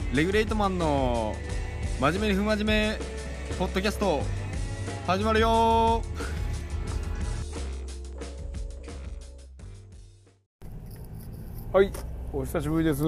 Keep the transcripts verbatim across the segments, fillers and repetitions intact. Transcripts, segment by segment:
レギュレートマンの真面目に不真面目ポッドキャスト始まるよ。 はい、お久しぶりです。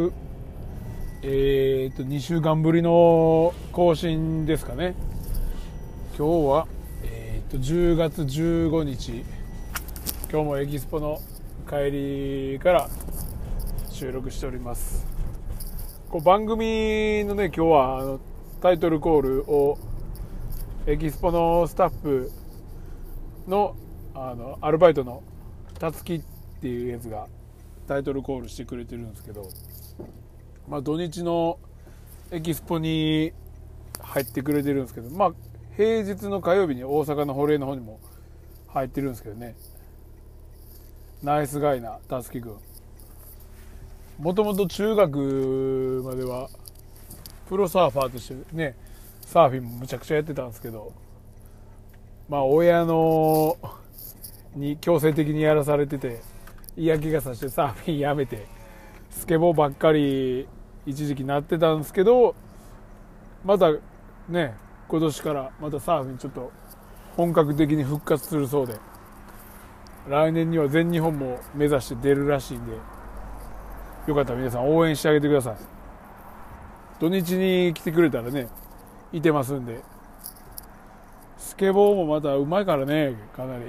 えーとにしゅうかんぶりの更新ですかね。今日は、えーとじゅうがつじゅうごにち、今日もエキスポの帰りから収録しております。こう番組のね、今日はあのタイトルコールをエキスポのスタッフのあのアルバイトのたつきっていうやつがタイトルコールしてくれてるんですけど、まあ、土日のエキスポに入ってくれてるんですけど、まあ、平日の火曜日に大阪の保冷の方にも入ってるんですけどね。ナイスガイなたつきくん、もともと中学まではプロサーファーとしてね、サーフィンもむちゃくちゃやってたんですけど、まあ親のに強制的にやらされてて嫌気がさしてサーフィンやめてスケボーばっかり一時期なってたんですけど、またね今年からまたサーフィンちょっと本格的に復活するそうで、来年には全日本も目指して出るらしいんで、よかったら皆さん応援してあげてください。土日に来てくれたらねいてますんで。スケボーもまたうまいからね、かなり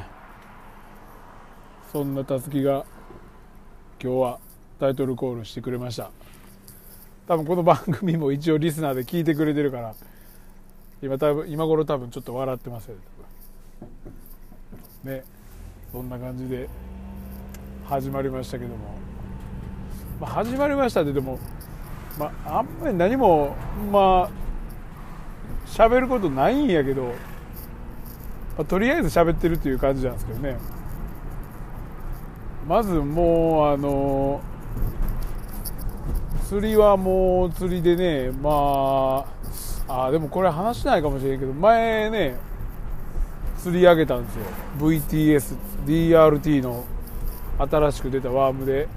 そんなたつきが今日はタイトルコールしてくれました。多分この番組も一応リスナーで聞いてくれてるから、今多分今頃多分ちょっと笑ってますよね。そんな感じで始まりましたけども、まあ、始まりましたってでも、まあ、あんまり何もまあ喋ることないんやけど、まあ、とりあえず喋ってるっていう感じなんですけどね。まずもうあの釣りはもう釣りでね、まああでもこれ話しないかもしれんけど、前ね釣り上げたんですよ。 ブイティーエス ディーアールティー の新しく出たワームで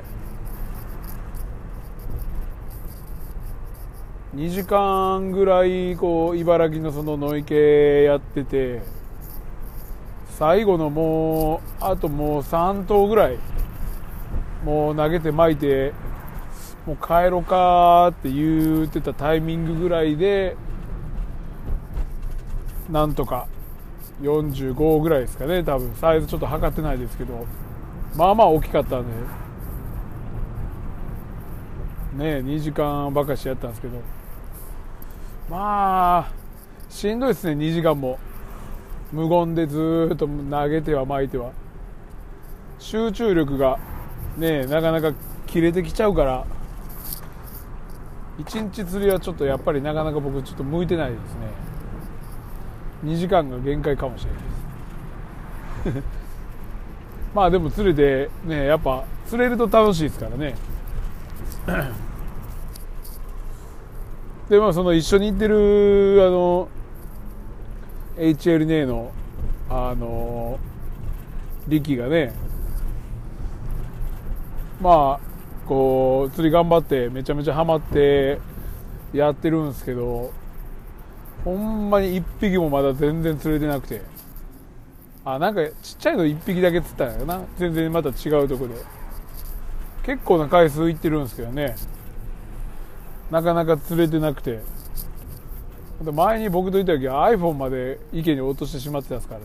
にじかんぐらいこう茨城のその野池やってて、最後のもうあともうさんとうぐらいもう投げて巻いてもう帰ろかって言ってたタイミングぐらいで、なんとかよんじゅうごぐらいですかね、多分サイズちょっと測ってないですけど、まあまあ大きかったんでね、にじかんばかしやったんですけど、まあしんどいですね。にじかんも無言でずっと投げては巻いては、集中力がねなかなか切れてきちゃうから、いちにち釣りはちょっとやっぱりなかなか僕ちょっと向いてないですね。にじかんが限界かもしれないですまあでも釣れてね、やっぱ釣れると楽しいですからねでまあその一緒に行ってるあの エイチエルエー のあの力がね、まあこう釣り頑張ってめちゃめちゃハマってやってるんですけど、ほんまにいっぴきもまだ全然釣れてなくて、あなんかちっちゃいのいっぴきだけ釣ったんやな。全然また違うとこで結構な回数行ってるんですけどね、なかなか釣れてなくて、前に僕といた時は iPhone まで池に落としてしまってたんです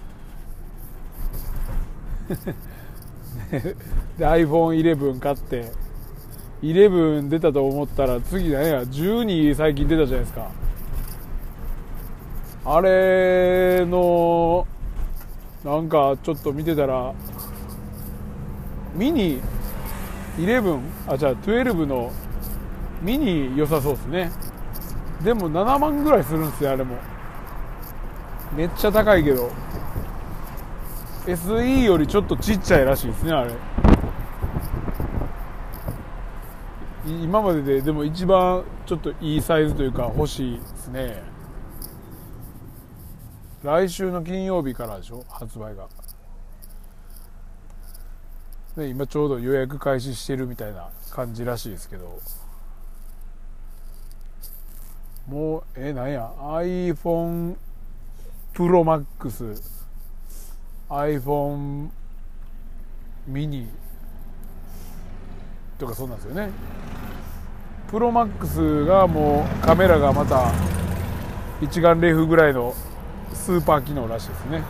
からねで アイフォンイレブン 買ってじゅういち出たと思ったら次何やじゅうに最近出たじゃないですか。あれのなんかちょっと見てたらミニじゅういちあじゃあじゅうにのミニ良さそうですね。でもななまんぐらいするんですよ。あれもめっちゃ高いけど エスイー よりちょっとちっちゃいらしいですね。あれ今までででも一番ちょっといいサイズというか欲しいですね。来週の金曜日からでしょ、発売が。で今ちょうど予約開始してるみたいな感じらしいですけど、 もうえなんや iPhone Pro Max、 iPhone mini とかそうなんですよね。プロマックスがもうカメラがまた一眼レフぐらいのスーパー機能らしいですね、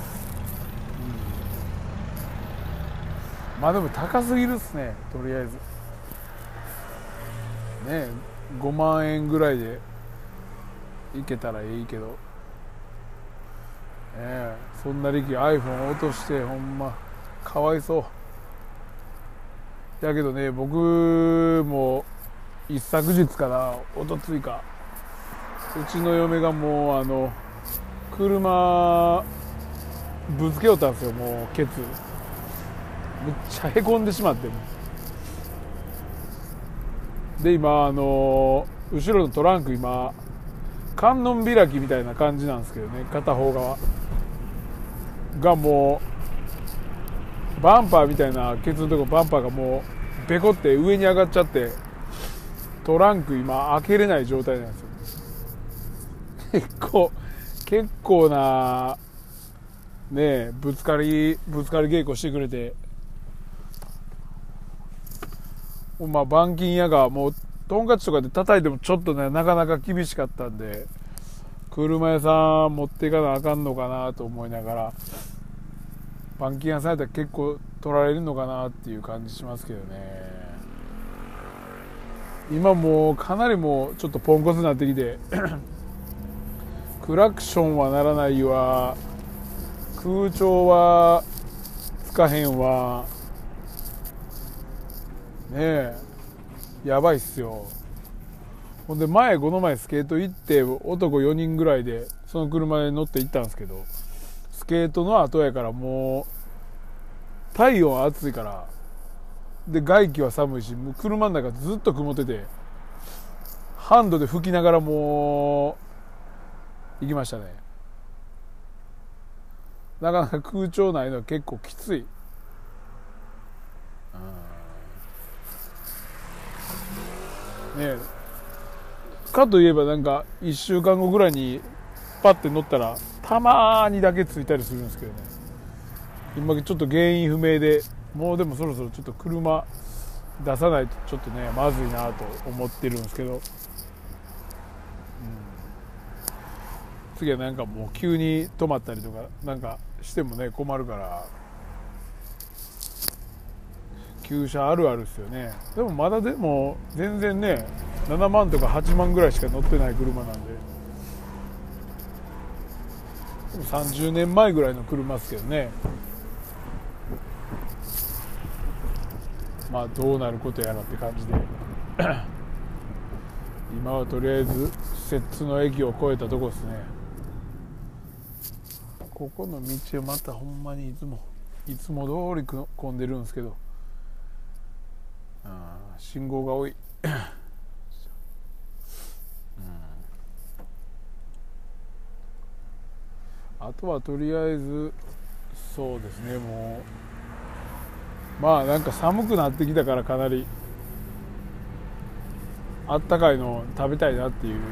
うん、まあでも高すぎるっすね。とりあえずねごまんえんぐらいでいけたらいいけど、ね、そんな力 iPhone 落としてほんまかわいそうだけどね。僕も一昨日から一昨日か、うちの嫁がもうあの車ぶつけよったんですよ。もうケツむっちゃへこんでしまって、で今あの後ろのトランク今観音開きみたいな感じなんですけどね、片方側がもうバンパーみたいなケツのとこバンパーがもうベコって上に上がっちゃって、トランク今開けれない状態なんですよ。結構結構なねぶつかりぶつかり稽古してくれて、まあ板金屋がもうトンカチとかで叩いてもちょっとねなかなか厳しかったんで、車屋さん持っていかなあかんのかなと思いながら、板金屋さんやったら結構取られるのかなっていう感じしますけどね。今もうかなりもうちょっとポンコツになってきてクラクションは鳴らないわ、空調はつかへんわねえ、やばいっすよ。ほんで前この前スケート行って男よにんぐらいでその車で乗って行ったんですけど、スケートの後やからもう体温暑いからで外気は寒いし、もう車の中ずっと曇っててハンドで吹きながらもう行きましたね。なかなか空調ないのは結構きつい。ねえ、かといえばなんかいっしゅうかんごぐらいにパッて乗ったらたまにだけついたりするんですけどね。今ちょっと原因不明で、もうでもそろそろちょっと車出さないとちょっとねまずいなと思ってるんですけど、うん、次はなんかもう急に止まったりとかなんかしてもね困るから、旧車あるあるですよね。でもまだでも全然ねななまんとかはちまんぐらいしか乗ってない車なんで、でもさんじゅうねんまえぐらいの車ですけどね。まあどうなることやらって感じで今はとりあえず摂津の駅を越えたとこですね。ここの道はまたほんまにいつもいつも通り混んでるんですけど、あ信号が多いうん、あとはとりあえずそうですね、もうまあなんか寒くなってきたからかなりあったかいの食べたいなっていう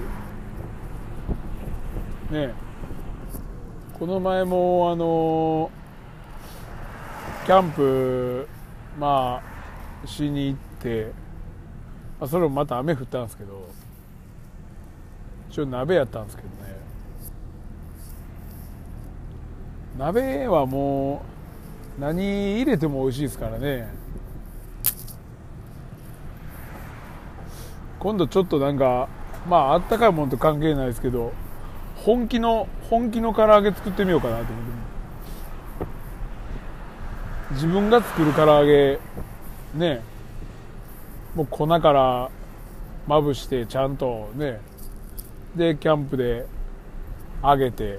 ね。この前もあのキャンプまあしに行って、まあ、それもまた雨降ったんですけど、一応鍋やったんですけどね、鍋はもう何入れても美味しいですからね。今度ちょっとなんかまああったかいものと関係ないですけど、本気の本気の唐揚げ作ってみようかなと思って、自分が作る唐揚げね、もう粉からまぶしてちゃんとね、でキャンプで揚げて、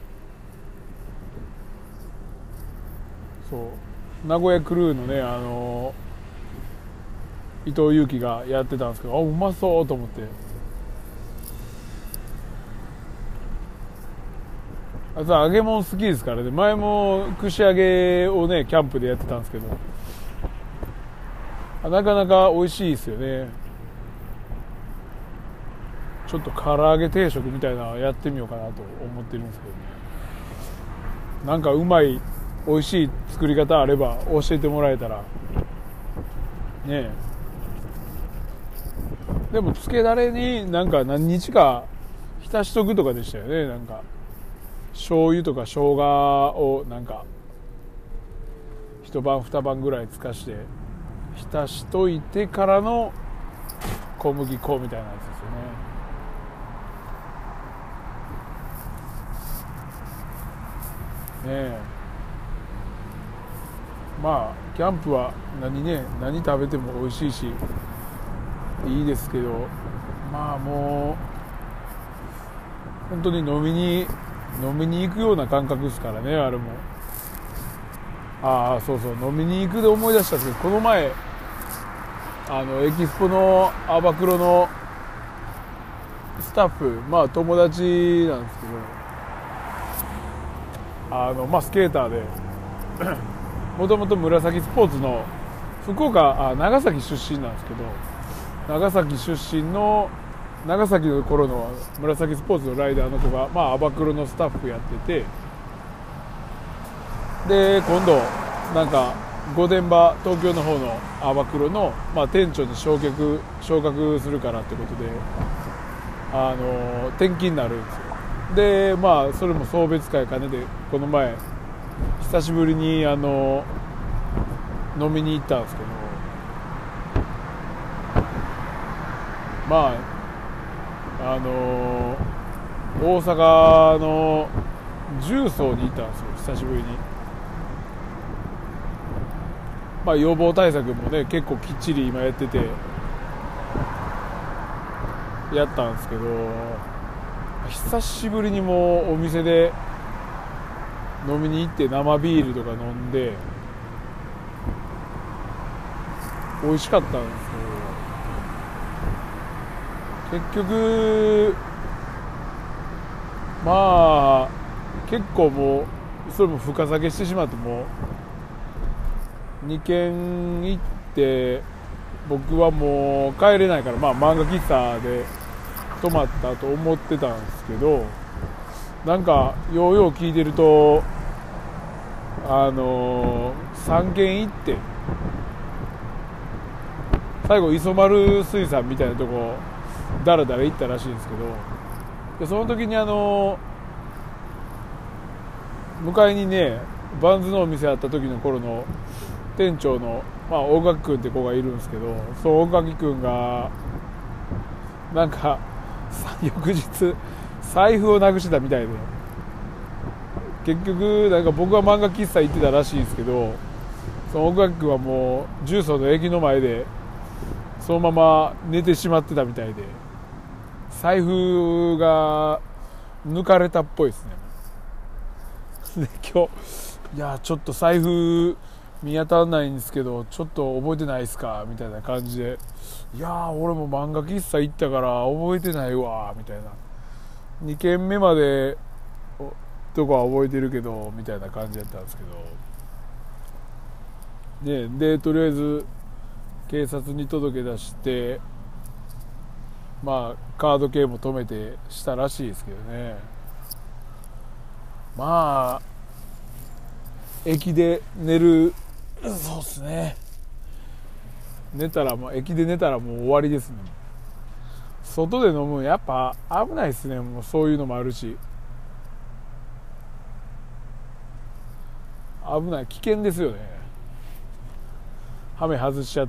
そう名古屋クルーのねあの伊藤裕樹がやってたんですけど、あうまそうと思って、あと揚げ物好きですからね。前も串揚げをねキャンプでやってたんですけど、なかなか美味しいですよね。 ちょっと唐揚げ定食みたいなのやってみようかなと思ってるんですけどね。なんかうまい美味しい作り方あれば教えてもらえたらねえ。でもつけだれになんか何日か浸しとくとかでしたよね。なんか醤油とか生姜をなんか一晩二晩ぐらいつかして浸しといてからの小麦粉みたいなやつですよね。ねえ。まあキャンプは何ね何食べても美味しいしいいですけど、まあもう本当に飲みに飲みに行くような感覚ですからね、あれも。ああそうそう、飲みに行くで思い出したんですけど、この前あのエキスポのアバクロのスタッフ、まあ友達なんですけど、あのまあスケーターでもともと紫スポーツの福岡あ長崎出身なんですけど、長崎出身の長崎の頃の紫スポーツのライダーの子が、まあ、アバクロのスタッフやってて、で今度なんか御殿場東京の方のアバクロの、まあ、店長に昇格昇格するからってことで、あの転勤になるんですよ。でまあそれも送別会兼ねでこの前久しぶりにあの飲みに行ったんですけど、まああの大阪の重曹に行ったんですよ、久しぶりに。まあ予防対策もね結構きっちり今やっててやったんですけど、久しぶりにもうお店で飲みに行って生ビールとか飲んで美味しかったんですけど、結局まあ結構もうそれも深酒してしまって、もうにけん行って僕はもう帰れないから、まあ漫画喫茶で泊まったと思ってたんですけど、なんかようよう聞いてるとあのー、さんけん行って最後磯丸水産みたいなとこだらだら行ったらしいんですけど、でその時にあのー、向かいにねバンズのお店あった時の頃の店長の、まあ、大垣君って子がいるんですけど、その大垣君がなんか翌日財布をなくしてたみたいで、結局なんか僕は漫画喫茶行ってたらしいんですけど、その大垣君はもう重曹の駅の前でそのまま寝てしまってたみたいで、財布が抜かれたっぽいですね。で今日いやちょっと財布見当たらないんですけどちょっと覚えてないですかみたいな感じで、いやー俺も漫画喫茶行ったから覚えてないわみたいな、にけんめまでとかは覚えてるけどみたいな感じだったんですけど、ね、でとりあえず警察に届け出して、まあカード系も止めてしたらしいですけどね。まあ駅で寝る、そうっすね、寝たらもう駅で寝たらもう終わりですね。外で飲むのやっぱ危ないですね。もうそういうのもあるし危ない、危険ですよね。ハメ外しちゃって、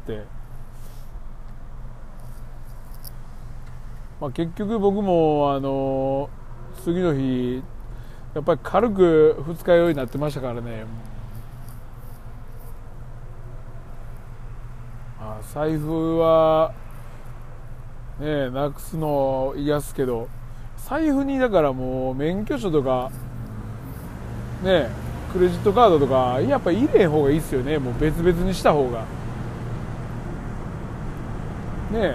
まあ、結局僕もあの次の日やっぱり軽く二日酔いになってましたからね。あ財布はねなくすの嫌っすけど、財布にだからもう免許証とかねクレジットカードとかやっぱ入れん方がいいっすよね。もう別々にした方がね。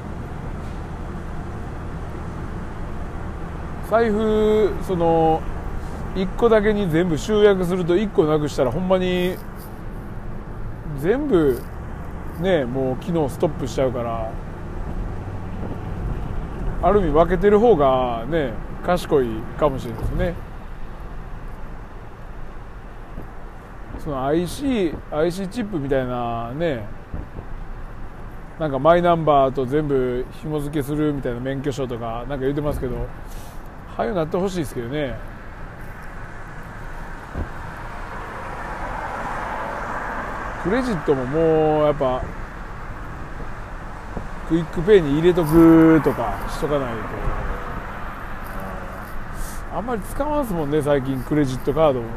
財布そのいっこだけに全部集約するといっこなくしたらほんまに全部ねもう機能ストップしちゃうからある意味分けてる方がね賢いかもしれないですね。その アイシー、アイシー チップみたいなね、なんかマイナンバーと全部紐付けするみたいな免許証とかなんか言ってますけど、ああいうのなってほしいですけどね。クレジットももうやっぱクイックペイに入れとくとかしとかないと、あんまり使わんすもんね最近クレジットカードも。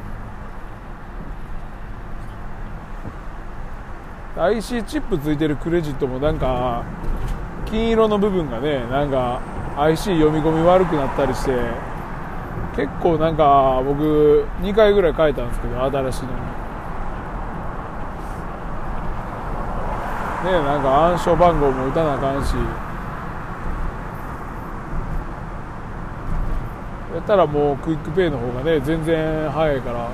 アイシー チップついてるクレジットもなんか金色の部分がねなんか アイシー 読み込み悪くなったりして、結構なんか僕にかいぐらい変えたんですけど新しいのにね、なんか暗証番号も打たなあかんし、やったらもうクイックペイの方がね全然早いから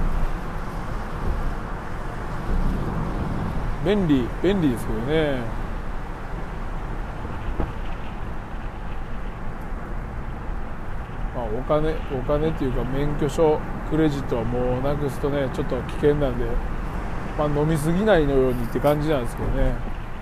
便利便利ですけどね。まあお金お金っていうか免許証クレジットはもうなくすとねちょっと危険なんで、まあ飲みすぎないのようにって感じなんですけどね。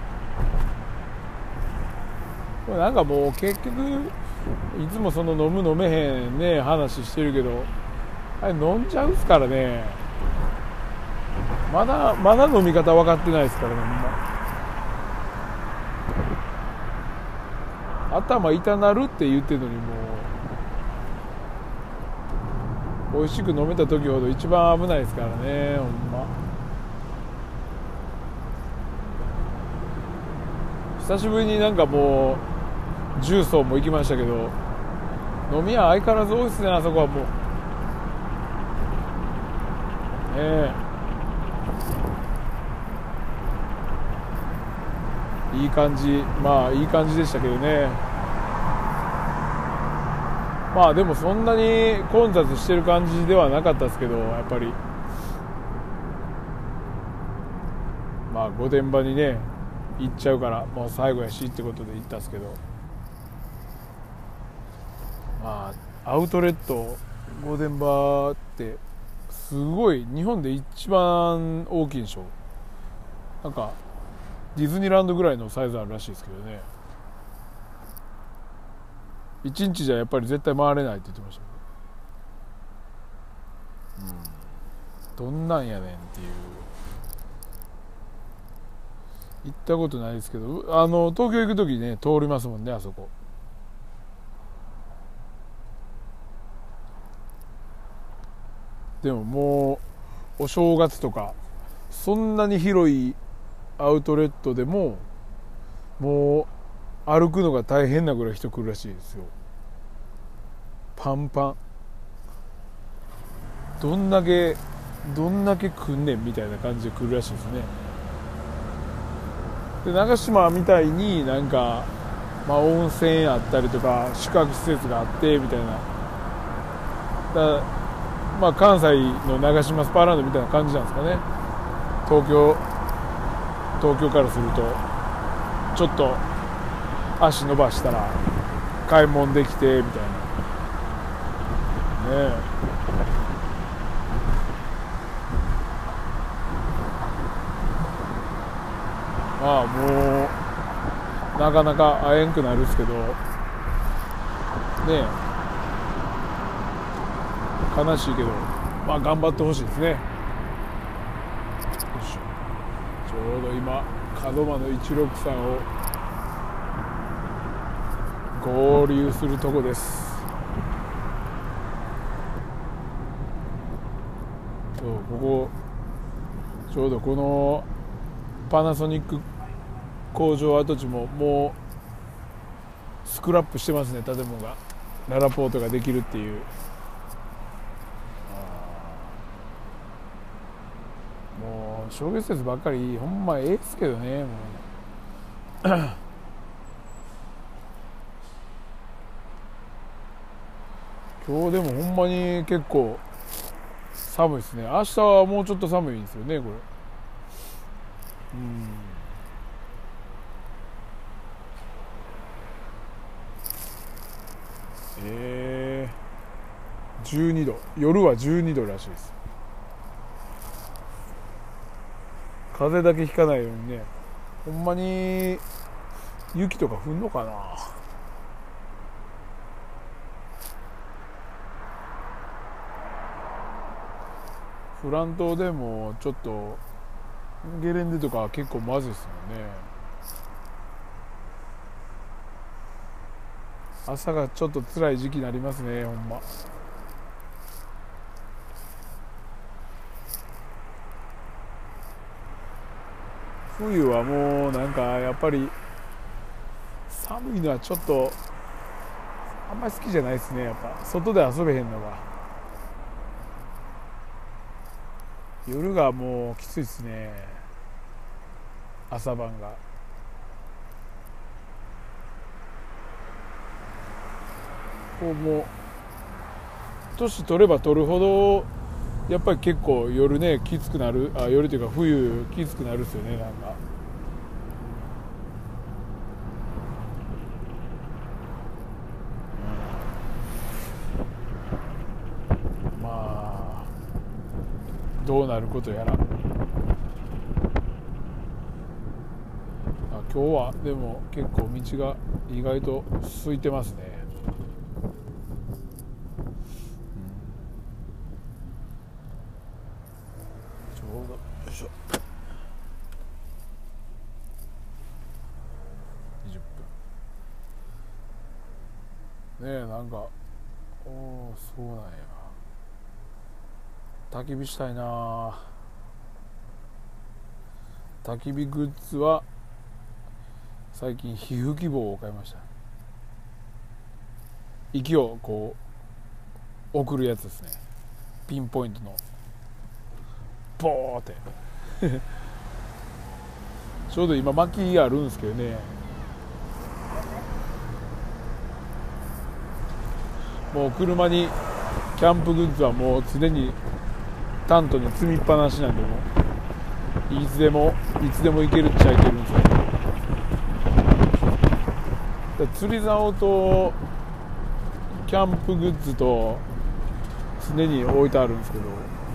なんかもう結局いつもその飲む飲めへんね話してるけど、あれ飲んじゃうっすからね。まだまだ飲み方分かってないですからね。頭痛なるって言ってるのにもう美味しく飲めた時ほど一番危ないですからねほんま。久しぶりになんかもう重曹も行きましたけど、飲み屋相変わらず多いっすねあそこはもうねえ。いい感じ、まあいい感じでしたけどね。まあでもそんなに混雑してる感じではなかったですけど、やっぱりまあ御殿場にね行っちゃうからもう最後やしってことで行ったんですけど、まあアウトレット御殿場ってすごい日本で一番大きいんでしょ。なんかディズニーランドぐらいのサイズあるらしいですけどね。一日じゃやっぱり絶対回れないって言ってました、うん、どんなんやねんっていう。行ったことないですけど、あの東京行く時ね通りますもんねあそこ。でももうお正月とかそんなに広いアウトレットでももう歩くのが大変なぐらい人来るらしいですよ。パンパン。どんだけどんだけ来んねんみたいな感じで来るらしいですね。で長島みたいになんか、まあ、温泉あったりとか宿泊施設があってみたいな、だまあ関西の長島スパーランドみたいな感じなんですかね。東京東京からするとちょっと足伸ばしたら買い物できてみたいなねえ。まあもうなかなか会えんくなるっすけどねえ、悲しいけどまあ頑張ってほしいですね。よいしょ。ちょうど今門真のいちろくさんを合流するとこです。そうここちょうどこのパナソニック工場跡地ももうスクラップしてますね。建物がララポートができるっていう。もう商業施設ばっかりほんまええっすけどねもう今日でもほんまに結構寒いですね。明日はもうちょっと寒いんですよねこれ。うんえー、じゅうにど、夜はじゅうにどらしいです。風邪だけひかないようにね。ほんまに雪とか降んのかな。フラン島でもちょっとゲレンデとか結構まずいですもんね。朝がちょっと辛い時期になりますね、ほんま。冬はもうなんかやっぱり寒いのはちょっとあんまり好きじゃないですね。やっぱ外で遊べへんのが、夜がもうきついですね、朝晩が。こうもう年取れば取るほどやっぱり結構夜ねきつくなる。あ、夜というか冬きつくなるっすよね、なんか。うん、まあどうなることやら。あ、今日はでも結構道が意外と空いてますね。ねえ、なんか、おお、そうなんや。焚き火したいな。焚き火グッズは最近火吹き棒を買いました。息をこう送るやつですね。ピンポイントのボーってちょうど今薪あるんですけどね、もう車にキャンプグッズはもう常にタントに積みっぱなしなんで、もういつでもいつでも行けるっちゃいけるんですよ。だ釣り竿とキャンプグッズと常に置いてあるんですけど、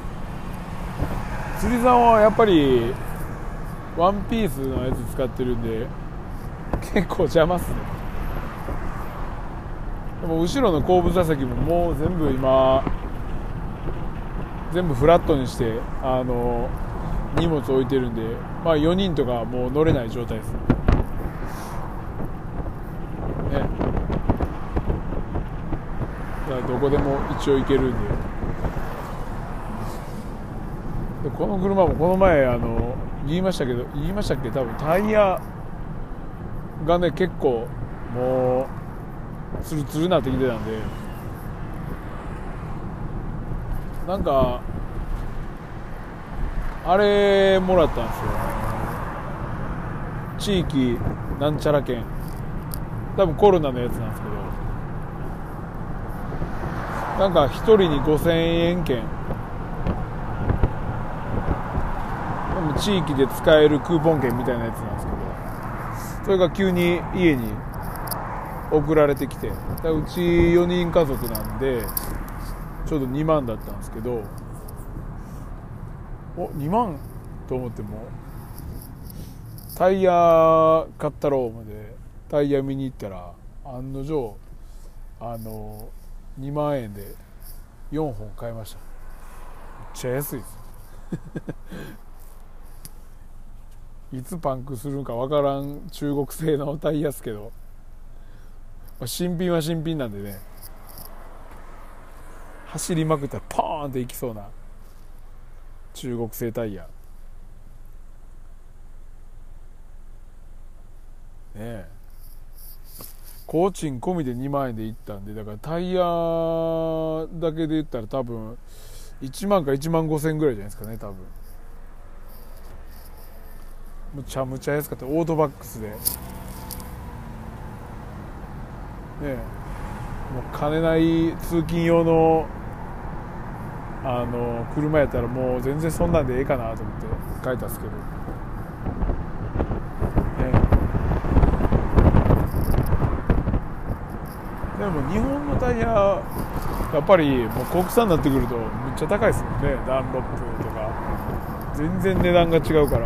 釣り竿はやっぱりワンピースのやつ使ってるんで結構邪魔っすね。でも後ろの後部座席ももう全部今全部フラットにしてあの荷物置いてるんで、まあよにんとかもう乗れない状態ですね。だからどこでも一応行けるんで。でこの車もこの前あの言いましたけど言いましたっけ多分タイヤがね結構もうツルツルなってきてたんで、なんかあれもらったんですよ、地域なんちゃら券。多分コロナのやつなんですけど、なんかひとりにごせんえん券、地域で使えるクーポン券みたいなやつなんですけど、それが急に家に送られてきて、うちよにん家族なんでちょうどにまんだったんですけど、おにまんと思ってもタイヤ買ったろう思ってタイヤ見に行ったら案の定あのにまんえんでよんほん買いました。めっちゃ安いですいつパンクするかわからん中国製のタイヤですけど、まあ、新品は新品なんでね、走りまくったらポーンっていきそうな中国製タイヤねえ、工賃込みでにまんえんでいったんで、だからタイヤだけで言ったら多分いちまんかいちまんごせんぐらいじゃないですかね。多分むちゃむちゃ安かった。オートバックスでねえ、もう金ない通勤用のあの車やったらもう全然そんなんでええかなと思って書いたんですけど、ね、 でも日本のタイヤやっぱりもう国産になってくるとめっちゃ高いですもんね。ダンロップとか全然値段が違うから、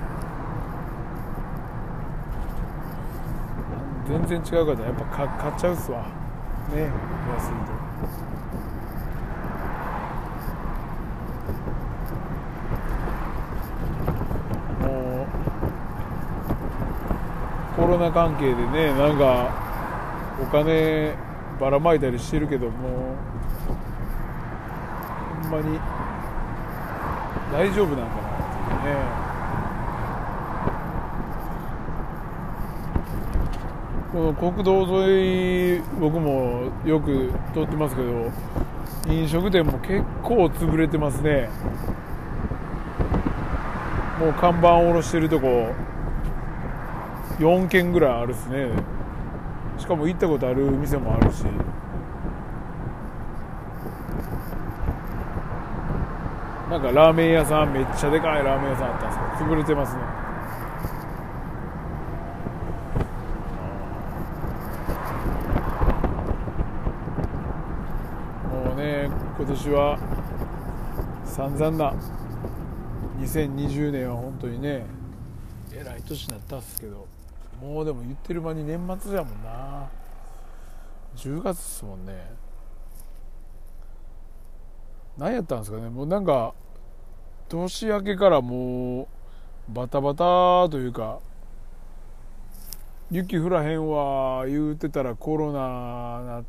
全然違うからやっぱ買っちゃうっすわね、安いと。もうコロナ関係でね、なんかお金ばらまいたりしてるけども、ほんまに大丈夫なんかなっていうね。この国道沿い僕もよく通ってますけど、飲食店も結構潰れてますね。もう看板を下ろしてるとこよんけんぐらいあるっすね。しかも行ったことある店もあるし、なんかラーメン屋さん、めっちゃでかいラーメン屋さんあったんですけど潰れてますね。もうね、今年は散々なにせんにじゅうねんは本当にね、えらい年になったっすけど、もうでも言ってる間に年末やもんな。じゅうがつっすもんね。何やったんですかね。もうなんか年明けからもうバタバタというか、雪降らへんわ言うてたらコロナなって、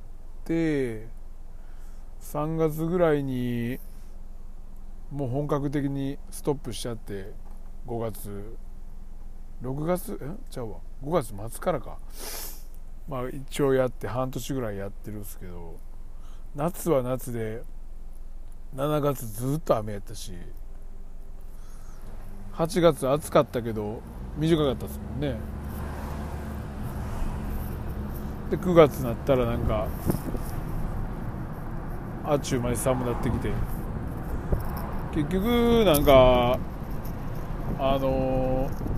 さんがつぐらいにもう本格的にストップしちゃって、ごがつろくがつえちゃうわごがつまつからか、まあ一応やって半年ぐらいやってるんですけど、夏は夏でしちがつずっと雨やったし、はちがつ暑かったけど短かったですもんね。でくがつになったらなんかあっちゅう間に寒くなってきて、結局なんかあのー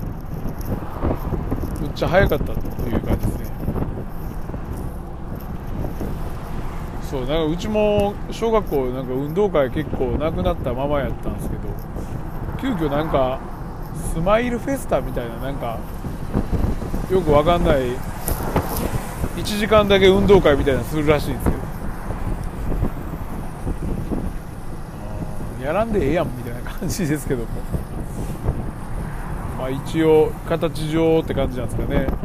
めっちゃ早かったっていう感じですね。そう、なんかうちも小学校なんか運動会結構なくなったままやったんですけど、急遽なんかスマイルフェスタみたいな、なんかよくわかんないいちじかんだけ運動会みたいなのするらしいんですけど、やらんでええやんみたいな感じですけども、まあ一応形上って感じなんですかね。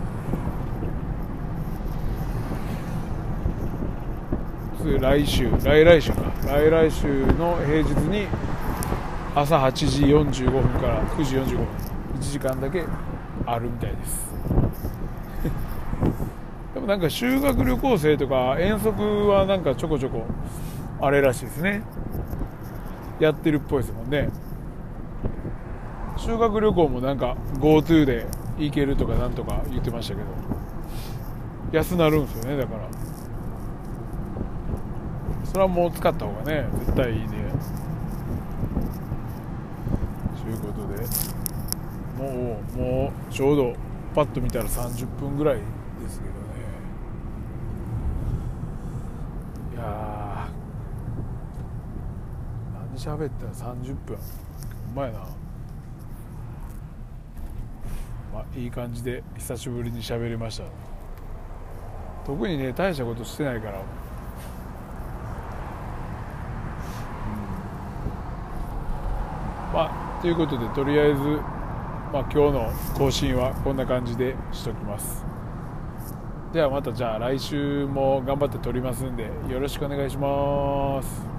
来週来来週か来来週の平日に朝はちじよんじゅうごふんからくじよんじゅうごふん、いちじかんだけあるみたいですでもなんか修学旅行生とか遠足はなんかちょこちょこあれらしいですね。やってるっぽいですもんね。修学旅行もなんか GoTo で行けるとかなんとか言ってましたけど、安なるんですよね。だからそれはもう使った方がね絶対いいねということで、もうもうちょうどパッと見たらさんじゅっぷんぐらいですけどね。いやー、何喋ったらさんじゅっぷん、うまいな。まあいい感じで久しぶりに喋りました。特にね大したことしてないから、まあということでとりあえず、まあ、今日の更新はこんな感じでしときます。ではまたじゃあ来週も頑張って撮りますんでよろしくお願いします。